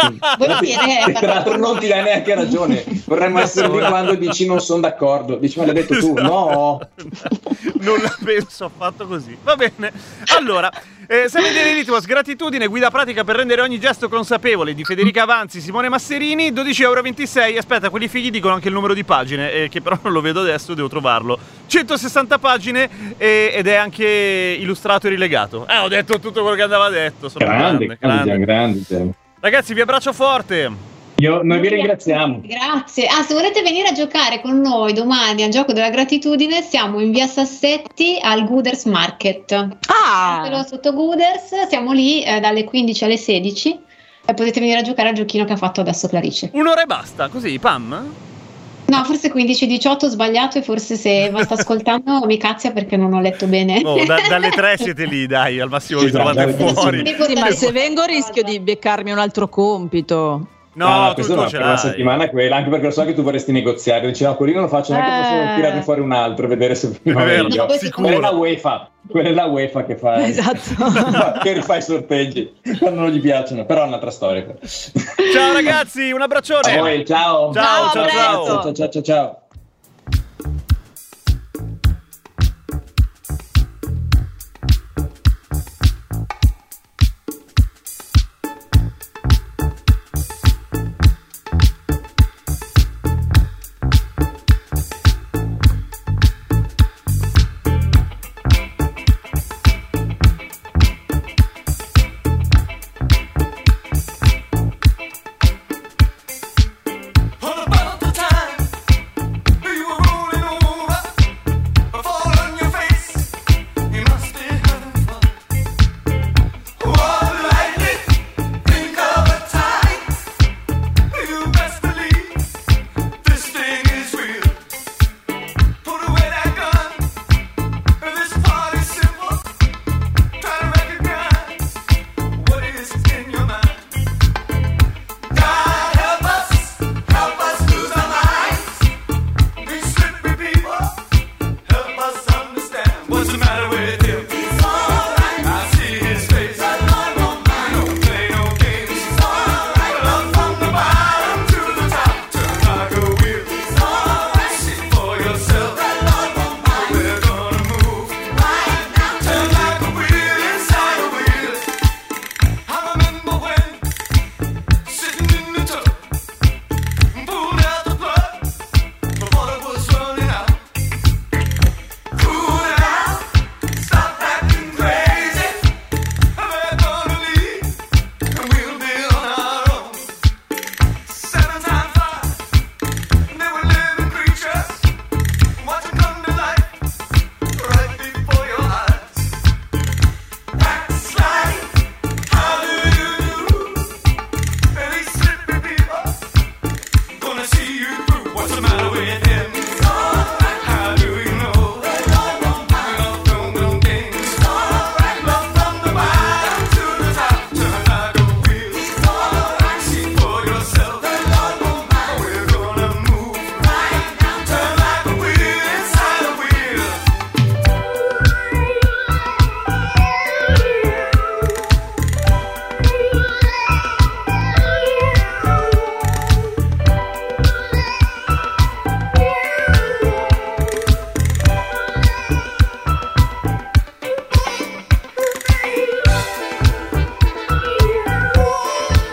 Tra l'altro non ti dai neanche ragione, vorremmo essere lì quando dici non sono d'accordo, dici ma l'hai detto tu, no, non la penso affatto così. Va bene, allora Seven Daily Rituals, gratitudine, guida pratica per rendere ogni gesto consapevole, di Federica Avanzi, Simone Masserini, 12,26 €. Aspetta, quelli figli dicono anche il numero di pagine, che però non lo vedo adesso, devo trovarlo. 160 pagine ed è anche illustrato e rilegato. Ho detto tutto quello che andava detto. Sono grande. Ragazzi, vi abbraccio forte. Noi vi ringraziamo. Grazie. Se volete venire a giocare con noi domani al gioco della gratitudine, siamo in via Sassetti al Gooders Market. Sotto Gooders, siamo lì dalle 15 alle 16 e potete venire a giocare al giochino che ha fatto adesso Clarice. Un'ora e basta, così, pam? No, forse 15-18 ho sbagliato, e forse se mi sta ascoltando mi cazzia perché non ho letto bene. Dalle 3 siete lì, dai, al massimo vi trovate fuori. Sì, ma se vengo rischio di beccarmi un altro compito. No, questo no, per una settimana è quella, anche perché lo so che tu vorresti negoziare, dici no, quello non lo faccio neanche, posso tirarne fuori un altro, vedere se prima meglio. Quella è la UEFA che fa, esatto. che rifà i sorteggi quando non gli piacciono, però è un'altra storia. Ciao ragazzi, un abbraccione. A voi, ciao. Ciao.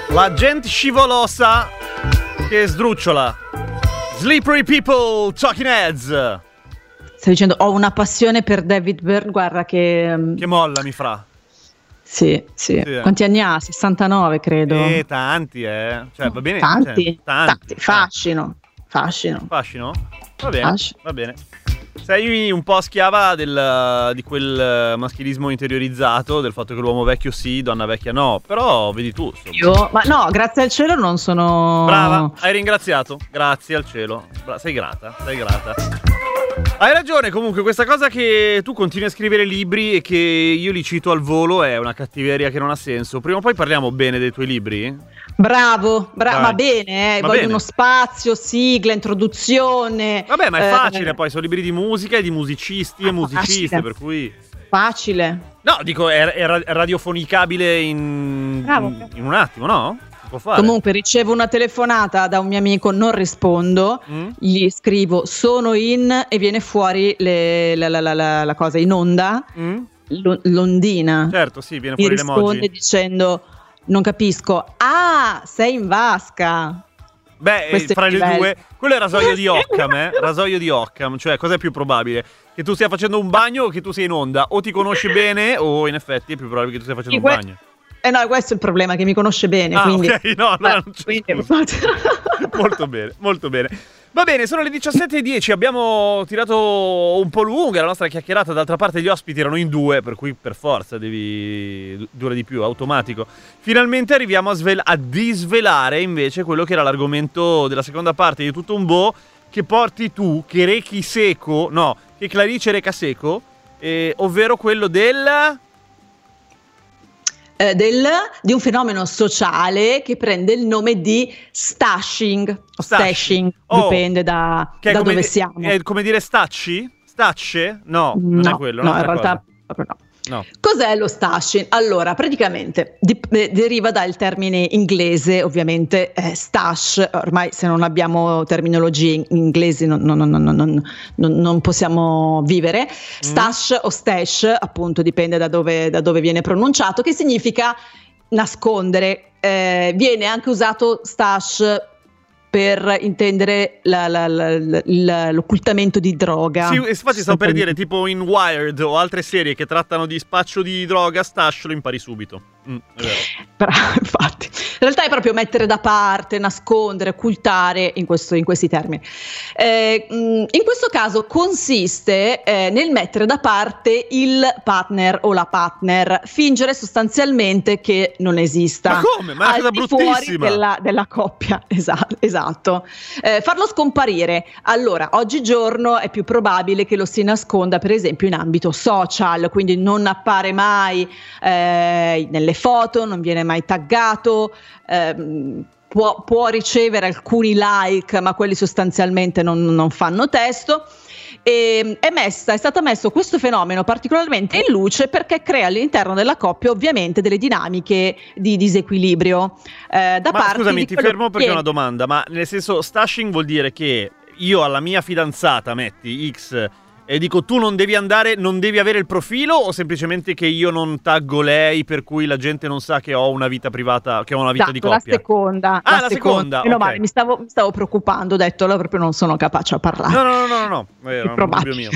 La gente scivolosa che sdrucciola. Slippery People, Talking Heads. Stai dicendo ho una passione per David Byrne, guarda che molla mi fra. Sì. Quanti anni ha? 69 credo. Tanti, cioè va bene. Tanti. Fascino. Fascino? Va bene, Fascino. va bene. Sei un po' schiava di quel maschilismo interiorizzato, del fatto che l'uomo vecchio sì, donna vecchia no, però vedi tu. Ma no, grazie al cielo non sono... Brava, hai ringraziato, grazie al cielo. Sei grata. Hai ragione, comunque questa cosa che tu continui a scrivere libri e che io li cito al volo è una cattiveria che non ha senso. Prima o poi parliamo bene dei tuoi libri? Bravo, ma bene, voglio uno spazio, sigla, introduzione. Vabbè, ma è facile, poi sono libri di musica e di musicisti e musiciste, facile. Per cui... Facile. No, dico, è radiofonicabile in un attimo, no? Si può fare. Comunque ricevo una telefonata da un mio amico, non rispondo, gli scrivo sono in e viene fuori la cosa in onda, l'ondina. Certo, sì, viene fuori l'emoji. Mi risponde dicendo... Non capisco. Sei in vasca. Beh, fra le due, quello è rasoio di Occam, rasoio di Occam, cioè cosa è più probabile? Che tu stia facendo un bagno o che tu sia in onda? O ti conosci bene o in effetti è più probabile che tu stia facendo un bagno. No, questo è il problema, che mi conosce bene, quindi... ok, no, non c'è. Molto bene, molto bene. Va bene, sono le 17:10, abbiamo tirato un po' lunga la nostra chiacchierata, d'altra parte gli ospiti erano in due, per cui per forza dura di più, automatico. Finalmente arriviamo a disvelare invece quello che era l'argomento della seconda parte di Tutto un Boh, che porti tu, che rechi seco, no, che Clarice reca seco, ovvero quello di un fenomeno sociale che prende il nome di stashing o stashing, dipende da dove siamo. È come dire stacci? Stacce? No, non è quello. No, in realtà proprio no. Cos'è lo stashing? Allora, praticamente deriva dal termine inglese, ovviamente stash. Ormai se non abbiamo terminologie inglesi non possiamo vivere. Stash o stash, appunto, dipende da dove viene pronunciato, che significa nascondere. Viene anche usato stash per intendere l'occultamento di droga. Sì, infatti stavo per dire, tipo in Wired o altre serie che trattano di spaccio di droga, stash lo impari subito. È vero. Però, infatti, in realtà è proprio mettere da parte, nascondere, occultare in questi termini. In questo caso consiste nel mettere da parte il partner o la partner, fingere sostanzialmente che non esista. Ma come? Ma è una cosa bruttissima. Fuori della coppia, esatto. Farlo scomparire. Allora, oggigiorno è più probabile che lo si nasconda, per esempio, in ambito social, quindi non appare mai nelle foto, non viene mai taggato, può ricevere alcuni like, ma quelli sostanzialmente non fanno testo. È stato messo questo fenomeno particolarmente in luce perché crea all'interno della coppia ovviamente delle dinamiche di disequilibrio. Scusami, ti fermo perché è una domanda, ma nel senso stashing vuol dire che io alla mia fidanzata metti X e dico tu non devi avere il profilo, o semplicemente che io non taggo lei per cui la gente non sa che ho una vita privata, che ho una vita di coppia? La seconda. La seconda. Meno male, mi stavo preoccupando, ho detto allora proprio non sono capace a parlare. No, era un dubbio mio.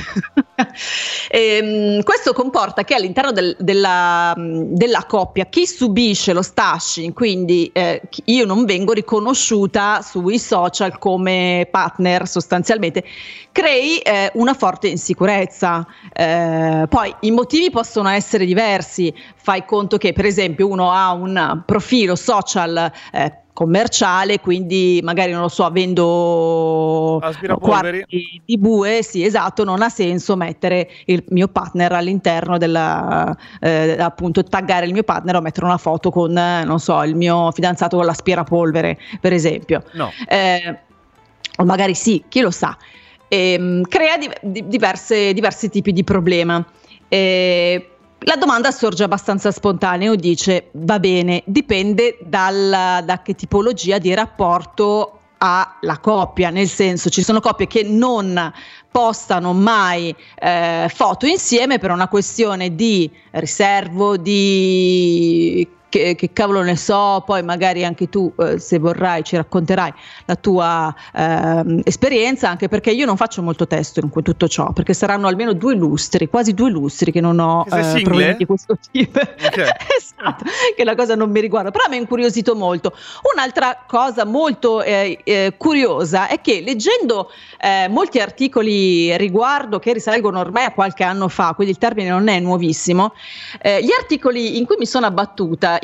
Questo comporta che all'interno della coppia chi subisce lo stashing, quindi io non vengo riconosciuta sui social come partner sostanzialmente, crei una forte insicurezza. Poi i motivi possono essere diversi. Fai conto che per esempio uno ha un profilo social commerciale, quindi magari non lo so, vendo quarti di bue, sì, esatto, non ha senso mettere il mio partner all'interno appunto taggare il mio partner o mettere una foto con non so, il mio fidanzato con l'aspirapolvere, per esempio. No. O magari sì, chi lo sa. Crea diversi tipi di problema. La domanda sorge abbastanza spontanea o dice va bene, dipende da che tipologia di rapporto ha la coppia, nel senso ci sono coppie che non postano mai foto insieme per una questione di riservo, di che cavolo ne so, poi magari anche tu se vorrai ci racconterai la tua esperienza, anche perché io non faccio molto testo in tutto ciò, perché saranno almeno 2 lustri, quasi 2 lustri che non ho problemi di questo tipo. Okay. Esatto, che la cosa non mi riguarda, però mi ha incuriosito molto. Un'altra cosa molto curiosa è che leggendo molti articoli riguardo, che risalgono ormai a qualche anno fa, quindi il termine non è nuovissimo, gli articoli in cui mi sono abbattuta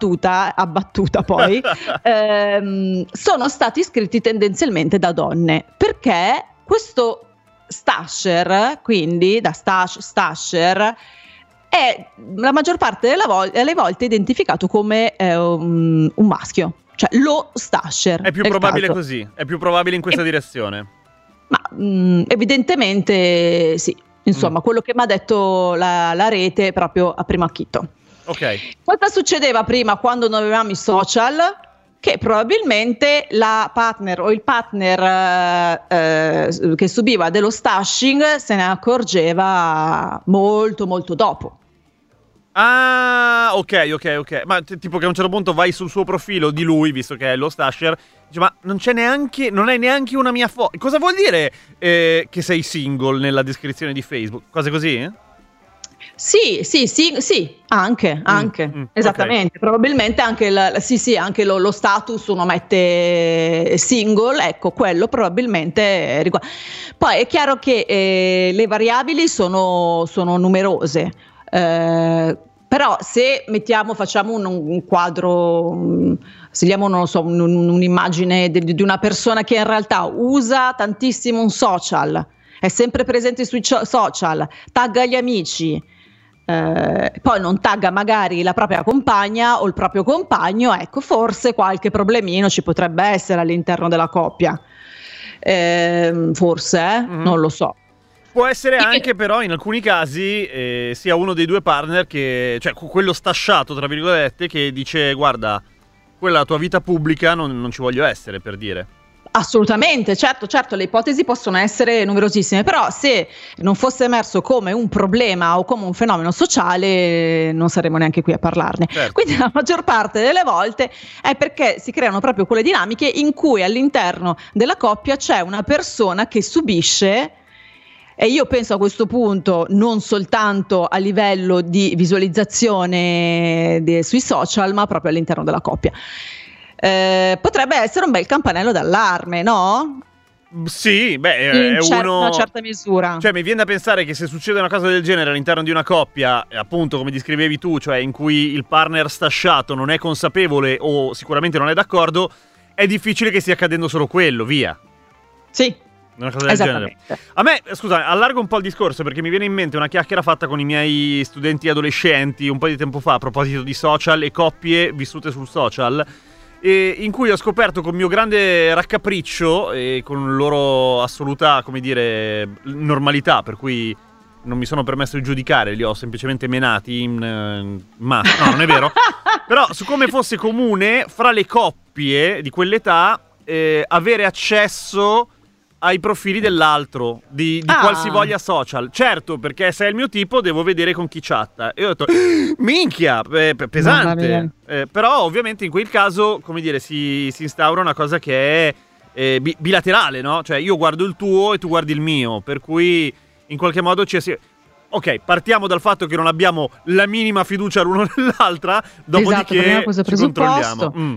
poi, sono stati scritti tendenzialmente da donne, perché questo stasher, quindi da stasher, è la maggior parte delle volte identificato come un maschio, cioè lo stasher. È più probabile così, è più probabile in questa direzione. Ma evidentemente sì, insomma, quello che mi ha detto la rete proprio a primo acchito. Ok. Cosa succedeva prima quando non avevamo i social? Che probabilmente la partner o il partner che subiva dello stashing se ne accorgeva molto molto dopo. Ah, ok. Ma tipo che a un certo punto vai sul suo profilo di lui, visto che è lo stasher, dice, ma non è neanche una mia foto. Cosa vuol dire che sei single nella descrizione di Facebook? Cose così? Sì, anche, esattamente, okay. Probabilmente anche anche lo status uno mette single, ecco, quello probabilmente riguarda. Poi è chiaro che le variabili sono numerose, però se facciamo un quadro, se diamo, non so, un'immagine di una persona che in realtà usa tantissimo un social, è sempre presente sui social, tagga gli amici, poi non tagga magari la propria compagna o il proprio compagno, ecco, forse qualche problemino ci potrebbe essere all'interno della coppia, forse, non lo so. Può essere anche però in alcuni casi sia uno dei 2 partner che, cioè quello stasciato tra virgolette, che dice guarda, quella è la tua vita pubblica, non ci voglio essere, per dire. Assolutamente, certo, le ipotesi possono essere numerosissime, però se non fosse emerso come un problema o come un fenomeno sociale non saremmo neanche qui a parlarne. Certo. Quindi la maggior parte delle volte è perché si creano proprio quelle dinamiche in cui all'interno della coppia c'è una persona che subisce, e io penso a questo punto non soltanto a livello di visualizzazione sui social, ma proprio all'interno della coppia. Potrebbe essere un bel campanello d'allarme, no? Sì, beh, una certa misura. Cioè, mi viene da pensare che se succede una cosa del genere all'interno di una coppia, appunto, come descrivevi tu, cioè in cui il partner stasciato non è consapevole o sicuramente non è d'accordo, è difficile che stia accadendo solo quello, via. Sì. Una cosa del genere. A me, scusa, allargo un po' il discorso perché mi viene in mente una chiacchiera fatta con i miei studenti adolescenti un po' di tempo fa a proposito di social e coppie vissute sul social, e in cui ho scoperto con mio grande raccapriccio e con loro assoluta, come dire, normalità, per cui non mi sono permesso di giudicare, li ho semplicemente menati in massa. No, non è vero. Però su come fosse comune fra le coppie di quell'età avere accesso ai profili dell'altro di qualsivoglia social. Certo, perché se è il mio tipo devo vedere con chi chatta. E ho detto minchia, pesante. Però ovviamente in quel caso, come dire, si instaura una cosa che è bilaterale, no? Cioè io guardo il tuo e tu guardi il mio, per cui in qualche modo ok, partiamo dal fatto che non abbiamo la minima fiducia l'uno nell'altra, dopodiché ci controlliamo.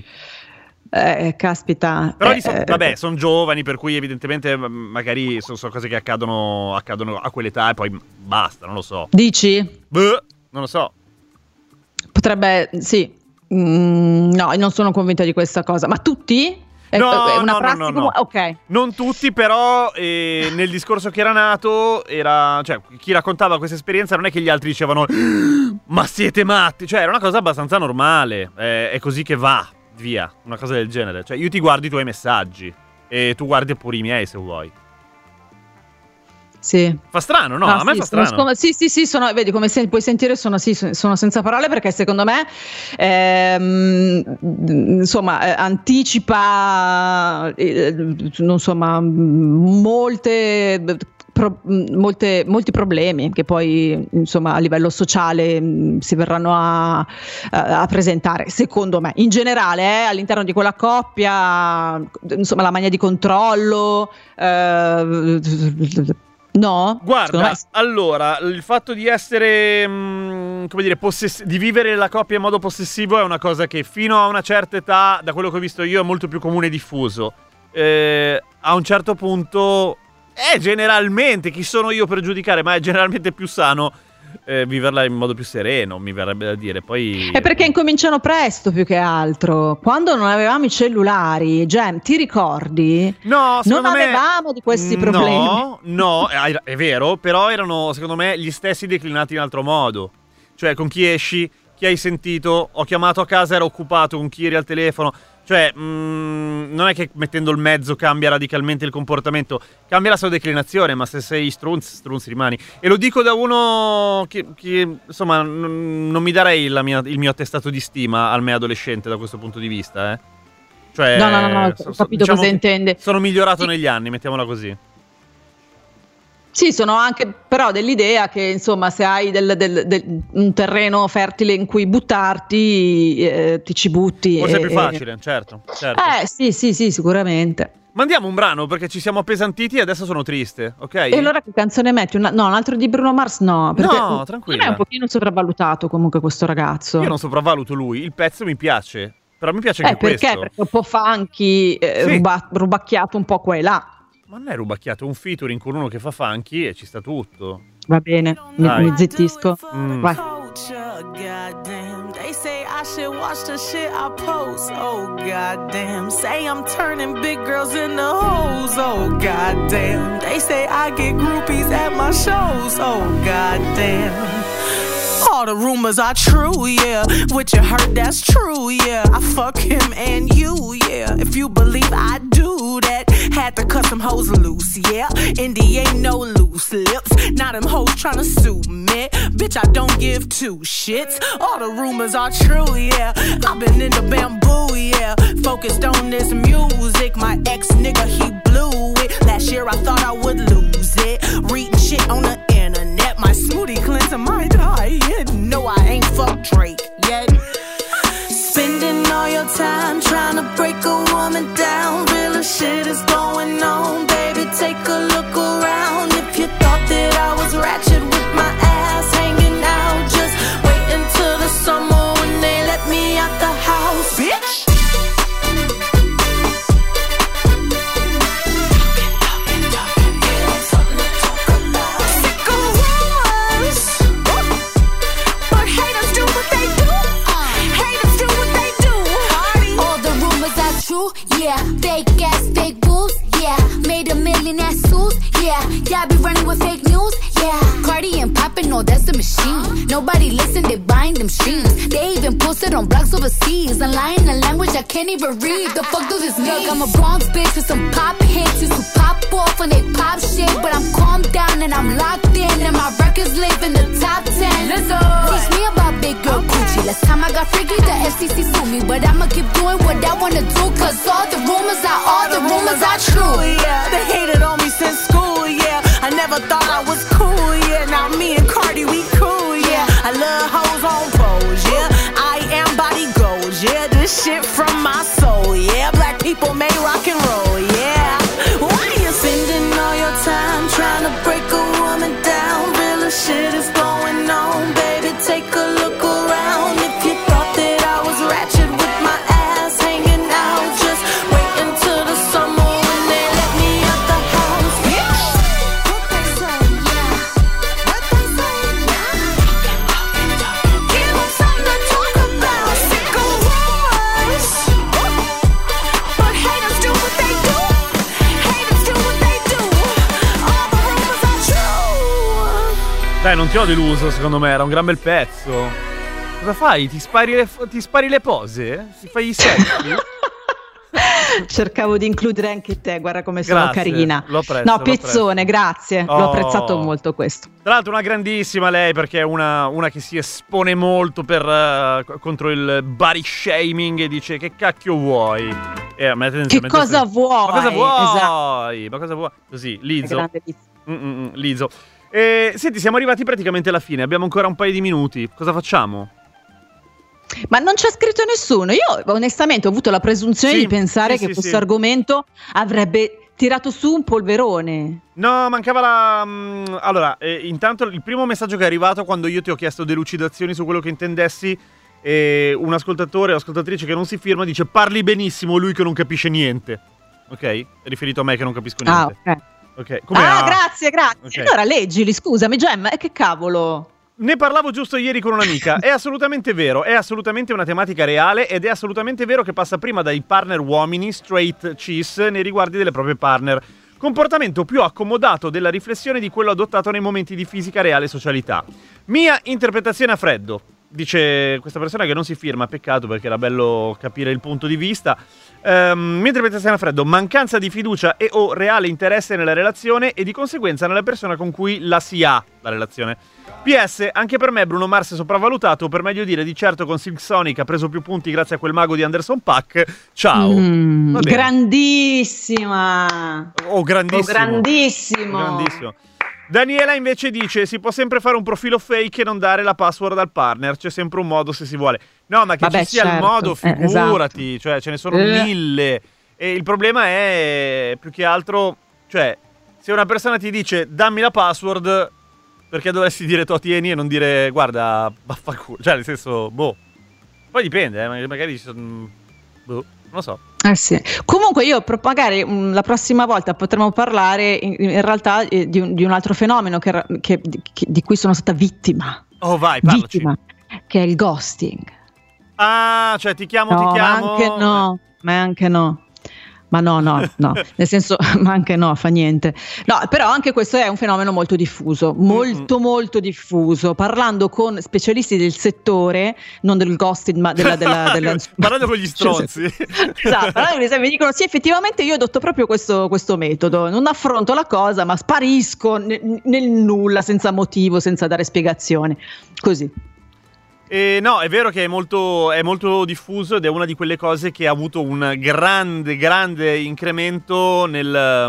Caspita. Però vabbè, sono giovani, per cui evidentemente magari sono cose che accadono a quell'età e poi basta, non lo so. Dici? Non lo so. Potrebbe, sì. No, non sono convinta di questa cosa. Ma tutti? No. Ok. Non tutti, però nel discorso che era nato, cioè chi raccontava questa esperienza non è che gli altri dicevano ma siete matti, cioè era una cosa abbastanza normale, è così che va. Via, una cosa del genere. Cioè io ti guardo i tuoi messaggi e tu guardi pure i miei se vuoi. Sì. Fa strano, no? A me fa strano. Sì, vedi come puoi sentire, sono senza parole, perché secondo me anticipa molte molti problemi che poi insomma a livello sociale si verranno a presentare, secondo me. In generale all'interno di quella coppia, insomma, la mania di controllo, no? Guarda, allora, il fatto di essere, come dire, di vivere la coppia in modo possessivo è una cosa che fino a una certa età, da quello che ho visto io, è molto più comune e diffuso. A un certo punto è generalmente, chi sono io per giudicare, ma è generalmente più sano viverla in modo più sereno, mi verrebbe da dire. Poi è perché incominciano presto più che altro. Quando non avevamo i cellulari, Gem, ti ricordi? No, non avevamo di questi problemi. No, è vero, però erano secondo me gli stessi declinati in altro modo. Cioè, con chi esci, chi hai sentito, ho chiamato a casa, ero occupato, con chi eri al telefono. Cioè, non è che mettendo il mezzo cambia radicalmente il comportamento, cambia la sua declinazione, ma se sei strunz rimani. E lo dico da uno che insomma, non mi darei il mio attestato di stima al me adolescente da questo punto di vista, Cioè, no, ho capito diciamo cosa intende. Sono migliorato negli anni, mettiamola così. Sì, sono anche però dell'idea che insomma se hai un terreno fertile in cui buttarti, ti ci butti. Forse è più facile, certo. Sì, sicuramente. Mandiamo un brano perché ci siamo appesantiti e adesso sono triste, ok? E allora che canzone metti? Un altro di Bruno Mars? No, perché no, tranquilla. è un pochino sopravvalutato comunque questo ragazzo. Io non sopravvaluto lui, il pezzo mi piace, però mi piace anche perché? questo. Perché è un po' funky, Sì. Rubacchiato un po' qua e là. Ma non è rubacchiato, è un featuring con uno che fa funky e ci sta tutto. Va bene, mi zittisco. Vai. Goddamn, they say I should watch the shit I post. Oh goddamn, say I'm turning big girls into hoes. Oh goddamn, they say I get groupies at my shows. Oh goddamn. All the rumors are true, yeah. What you heard, that's true, yeah. I fuck him and you, yeah. If you believe I do that, had to cut some hoes loose, yeah. Indy ain't no loose lips. Now them hoes tryna sue me. Bitch, I don't give two shits. All the rumors are true, yeah. I've been in the bamboo, yeah. Focused on this music. My ex nigga, he blew it. Last year I thought I would lose it. Reading shit on the internet. My smoothie cleanser might die. No, I ain't fucked Drake yet. Spending all your time trying to break a woman down. Real shit is going on, baby. Take a look around. If you thought that I was ratchet with my ass hanging out, just wait until the summer when they let me out the house, bitch. Yeah, fake ass, fake boobs, yeah. Made $1 million ass suits, yeah. Y'all be running with fake news, yeah. Cardi and poppin', no, that's the machine. Nobody listen, they buying them streams. They even posted on blogs overseas. I'm lying a language I can't even read. The fuck does this mean? I'm a Bronx bitch with some pop hits. Used to pop off when they pop shit. But I'm calmed down and I'm locked in. And my records live in the top 10. Let's go. Teach me about big girl coochie. Last time I got freaky, the FCC sued me. But I'ma keep doing what I wanna do. Cause all the rumors are true. Yeah, they hated on me since school, yeah. I never thought I was cool, yeah. Now me and Cardi, we cool, yeah. I love hoes on pose, yeah. I am body goals, yeah. This shit from my soul, yeah. Black people may rock and roll, yeah. Why you spending all your time trying to break a woman down? Real shit is going on, baby. Take a look around. If you thought that I was ratchet with my ass hanging out, just wait until the summer when they let me out the house, bitch. What they say, yeah. What they say, yeah. Give them something to talk about. Sick of wars. But haters do what they do. Haters do what they do. All the rumors are true. Dai, non ti ho deluso, secondo me, era un gran bel pezzo. Cosa fai? Ti spari le pose? Ti fai i selfie? Cercavo di includere anche te, guarda come sono Grazie, carina. lo apprezzo, No, lo pezzone, grazie. Oh. L'ho apprezzato molto questo. Tra l'altro una grandissima lei, perché è una che si espone molto contro il body shaming e dice che cacchio vuoi? Che cosa vuoi? Ma cosa vuoi? Esatto. Ma cosa vuoi? Così, Lizzo. Grande Lizzo. Liso. Senti, siamo arrivati praticamente alla fine, abbiamo ancora un paio di minuti. Cosa facciamo? Ma non c'è scritto nessuno. Io onestamente ho avuto la presunzione di pensare che questo argomento avrebbe tirato su un polverone. No, mancava la... Allora, intanto il primo messaggio che è arrivato quando io ti ho chiesto delucidazioni su quello che intendessi, un ascoltatore o ascoltatrice che non si firma dice: parli benissimo, lui che non capisce niente. Ok? È riferito a me che non capisco niente. Ah, ok. Okay. Grazie. Okay. Allora leggili, scusami, Gem, che cavolo. Ne parlavo giusto ieri con un'amica. È assolutamente vero, è assolutamente una tematica reale ed è assolutamente vero che passa prima dai partner uomini, straight cis, nei riguardi delle proprie partner. Comportamento più accomodato della riflessione di quello adottato nei momenti di fisica reale e socialità. Mia interpretazione a freddo, dice questa persona che non si firma, peccato perché era bello capire il punto di vista. Mia interpretazione a freddo: mancanza di fiducia e o reale interesse nella relazione e di conseguenza nella persona con cui la si ha la relazione. PS, anche per me Bruno Mars è sopravvalutato, per meglio dire di certo con Silk Sonic ha preso più punti grazie a quel mago di Anderson .Paak. Ciao. Grandissima. Grandissimo. Daniela invece dice: si può sempre fare un profilo fake e non dare la password al partner, c'è sempre un modo se si vuole. No, ma che ci sia il modo, figurati, esatto. Cioè ce ne sono 1000. E il problema è più che altro, cioè, se una persona ti dice dammi la password, perché dovresti dire tu tieni e non dire guarda vaffanculo, cioè nel senso, boh. Poi dipende, magari boh, non lo so. Sì. Comunque io magari la prossima volta potremo parlare in realtà di un altro fenomeno di cui sono stata vittima. Oh vai, parlaci. Che è il ghosting. Ah, cioè ti chiamo. Ma anche no. Ma no, nel senso, ma anche no, fa niente. No, però anche questo è un fenomeno molto diffuso, molto diffuso. Parlando con specialisti del settore, non del ghosting, ma della parlando con gli stronzi. Esatto, mi dicono sì, effettivamente io adotto proprio questo metodo, non affronto la cosa, ma sparisco nel nulla, senza motivo, senza dare spiegazioni, così. No, è vero che è molto diffuso ed è una di quelle cose che ha avuto un grande incremento nella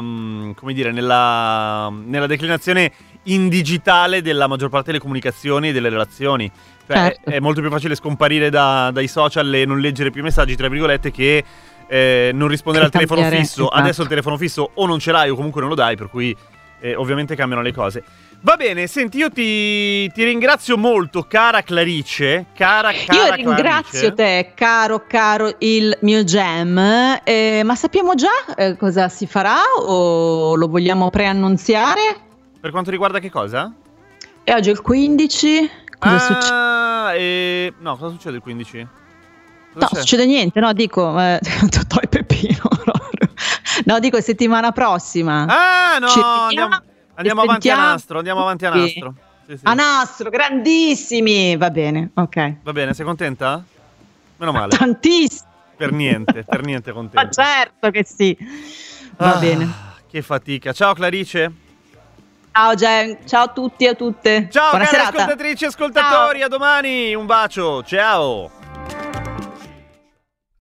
declinazione in digitale della maggior parte delle comunicazioni e delle relazioni. Cioè, certo. È molto più facile scomparire dai social e non leggere più i messaggi, tra virgolette, che non rispondere al telefono fisso. Esatto. Adesso il telefono fisso o non ce l'hai o comunque non lo dai, per cui ovviamente cambiano le cose. Va bene, senti, io ti ringrazio molto, cara Clarice. Io ringrazio te, caro il mio Gem. Ma sappiamo già cosa si farà o lo vogliamo preannunziare? Per quanto riguarda che cosa? E oggi è il 15. Cosa succede? No, cosa succede il 15? Succede niente, no, dico Totò Peppino. No, dico settimana prossima. Ah, no, andiamo avanti a nastro. Sì. A nastro, grandissimi. Va bene, ok. Va bene, sei contenta? Meno male. Tantissimo. Per niente contenta. Ma certo che sì. Va bene. Che fatica. Ciao Clarice. Ciao Gen, ciao a tutti e a tutte. Ciao buona cari serata. ascoltatrici e ascoltatori, ciao. A domani, un bacio, ciao.